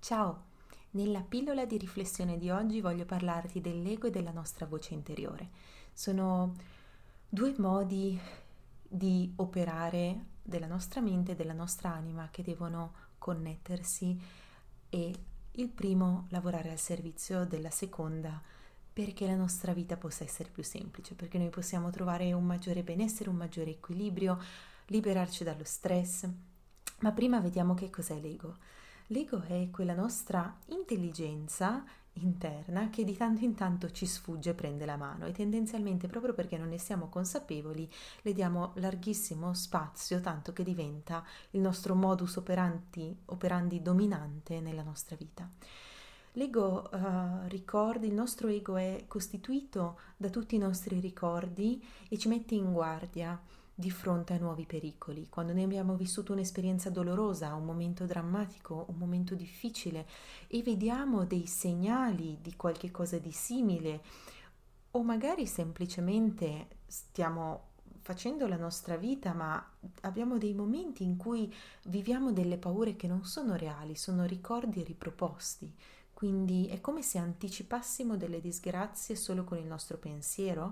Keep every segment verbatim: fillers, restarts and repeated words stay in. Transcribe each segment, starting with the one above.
Ciao! Nella pillola di riflessione di oggi voglio parlarti dell'ego e della nostra voce interiore. Sono due modi di operare della nostra mente e della nostra anima che devono connettersi e il primo lavorare al servizio della seconda perché la nostra vita possa essere più semplice, perché noi possiamo trovare un maggiore benessere, un maggiore equilibrio, liberarci dallo stress. Ma prima vediamo che cos'è l'ego. L'ego è quella nostra intelligenza interna che di tanto in tanto ci sfugge e prende la mano e tendenzialmente proprio perché non ne siamo consapevoli le diamo larghissimo spazio, tanto che diventa il nostro modus operandi, operandi dominante nella nostra vita. L'ego, uh, ricordi, il nostro ego è costituito da tutti i nostri ricordi e ci mette in guardia di fronte a nuovi pericoli. Quando noi abbiamo vissuto un'esperienza dolorosa, un momento drammatico, un momento difficile e vediamo dei segnali di qualche cosa di simile o magari semplicemente stiamo facendo la nostra vita, ma abbiamo dei momenti in cui viviamo delle paure che non sono reali, sono ricordi riproposti. Quindi è come se anticipassimo delle disgrazie solo con il nostro pensiero.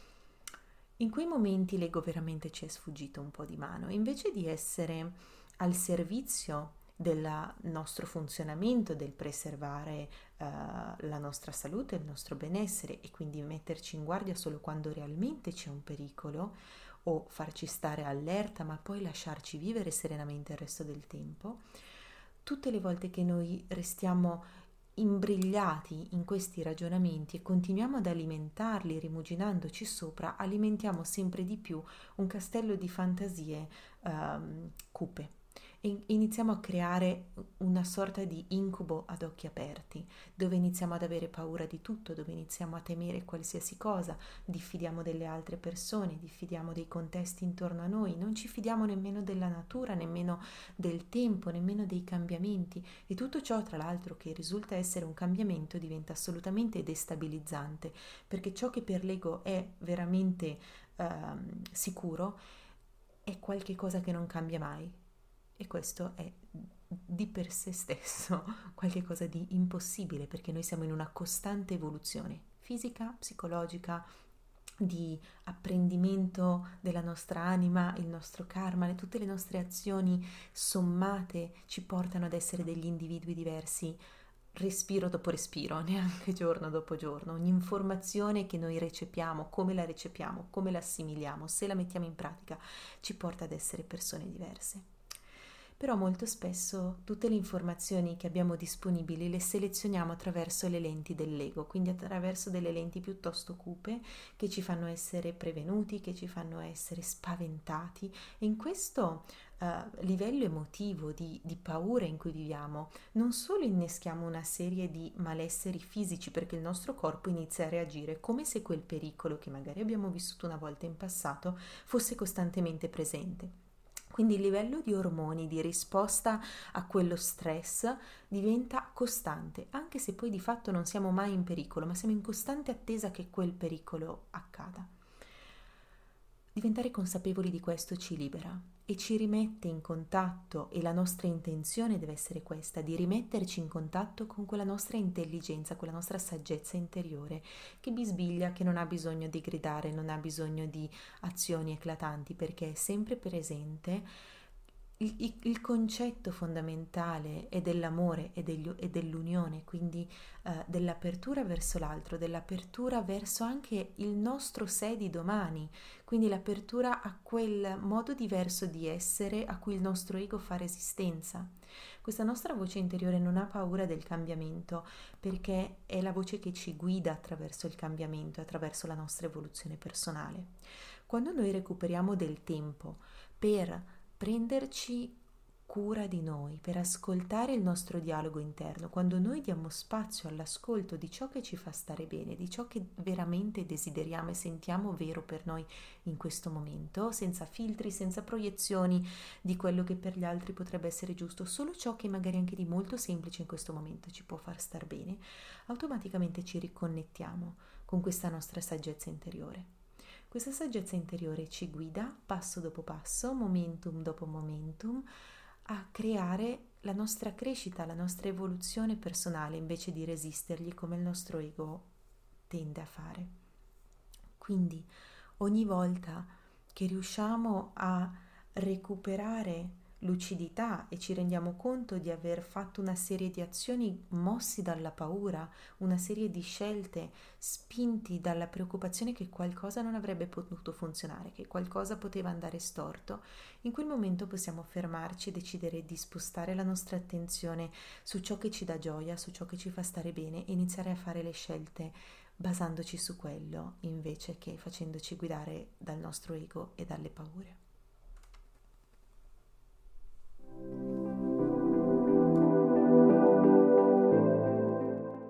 In quei momenti l'ego veramente ci è sfuggito un po' di mano. Invece di essere al servizio del nostro funzionamento, del preservare uh, la nostra salute, il nostro benessere e quindi metterci in guardia solo quando realmente c'è un pericolo o farci stare allerta ma poi lasciarci vivere serenamente il resto del tempo, tutte le volte che noi restiamo imbrigliati in questi ragionamenti e continuiamo ad alimentarli rimuginandoci sopra, alimentiamo sempre di più un castello di fantasie um, cupe e iniziamo a creare una sorta di incubo ad occhi aperti, dove iniziamo ad avere paura di tutto, dove iniziamo a temere qualsiasi cosa, diffidiamo delle altre persone, diffidiamo dei contesti intorno a noi, non ci fidiamo nemmeno della natura, nemmeno del tempo, nemmeno dei cambiamenti e tutto ciò tra l'altro che risulta essere un cambiamento diventa assolutamente destabilizzante perché ciò che per l'ego è veramente ehm, sicuro è qualche cosa che non cambia mai. E questo è di per sé stesso qualche cosa di impossibile perché noi siamo in una costante evoluzione fisica, psicologica, di apprendimento della nostra anima, il nostro karma, le, tutte le nostre azioni sommate ci portano ad essere degli individui diversi respiro dopo respiro, neanche giorno dopo giorno. Ogni informazione che noi recepiamo, come la recepiamo, come la assimiliamo, se la mettiamo in pratica, ci porta ad essere persone diverse. Però molto spesso tutte le informazioni che abbiamo disponibili le selezioniamo attraverso le lenti dell'ego, quindi attraverso delle lenti piuttosto cupe che ci fanno essere prevenuti, che ci fanno essere spaventati e in questo uh, livello emotivo di, di paura in cui viviamo non solo inneschiamo una serie di malesseri fisici perché il nostro corpo inizia a reagire come se quel pericolo che magari abbiamo vissuto una volta in passato fosse costantemente presente. Quindi il livello di ormoni, di risposta a quello stress diventa costante, anche se poi di fatto non siamo mai in pericolo, ma siamo in costante attesa che quel pericolo accada. Diventare consapevoli di questo ci libera e ci rimette in contatto, e la nostra intenzione deve essere questa, di rimetterci in contatto con quella nostra intelligenza, quella nostra saggezza interiore che bisbiglia, che non ha bisogno di gridare, non ha bisogno di azioni eclatanti perché è sempre presente. Il, il concetto fondamentale è dell'amore e, degli, e dell'unione, quindi eh, dell'apertura verso l'altro, dell'apertura verso anche il nostro sé di domani, quindi l'apertura a quel modo diverso di essere a cui il nostro ego fa resistenza. Questa nostra voce interiore non ha paura del cambiamento perché è la voce che ci guida attraverso il cambiamento, attraverso la nostra evoluzione personale. Quando noi recuperiamo del tempo per prenderci cura di noi, per ascoltare il nostro dialogo interno, quando noi diamo spazio all'ascolto di ciò che ci fa stare bene, di ciò che veramente desideriamo e sentiamo vero per noi in questo momento, senza filtri, senza proiezioni di quello che per gli altri potrebbe essere giusto, solo ciò che magari anche di molto semplice in questo momento ci può far star bene, automaticamente ci riconnettiamo con questa nostra saggezza interiore. Questa saggezza interiore ci guida passo dopo passo, momentum dopo momentum, a creare la nostra crescita, la nostra evoluzione personale, invece di resistergli come il nostro ego tende a fare. Quindi ogni volta che riusciamo a recuperare lucidità e ci rendiamo conto di aver fatto una serie di azioni mossi dalla paura, una serie di scelte spinti dalla preoccupazione che qualcosa non avrebbe potuto funzionare, che qualcosa poteva andare storto, in quel momento possiamo fermarci e decidere di spostare la nostra attenzione su ciò che ci dà gioia, su ciò che ci fa stare bene e iniziare a fare le scelte basandoci su quello invece che facendoci guidare dal nostro ego e dalle paure.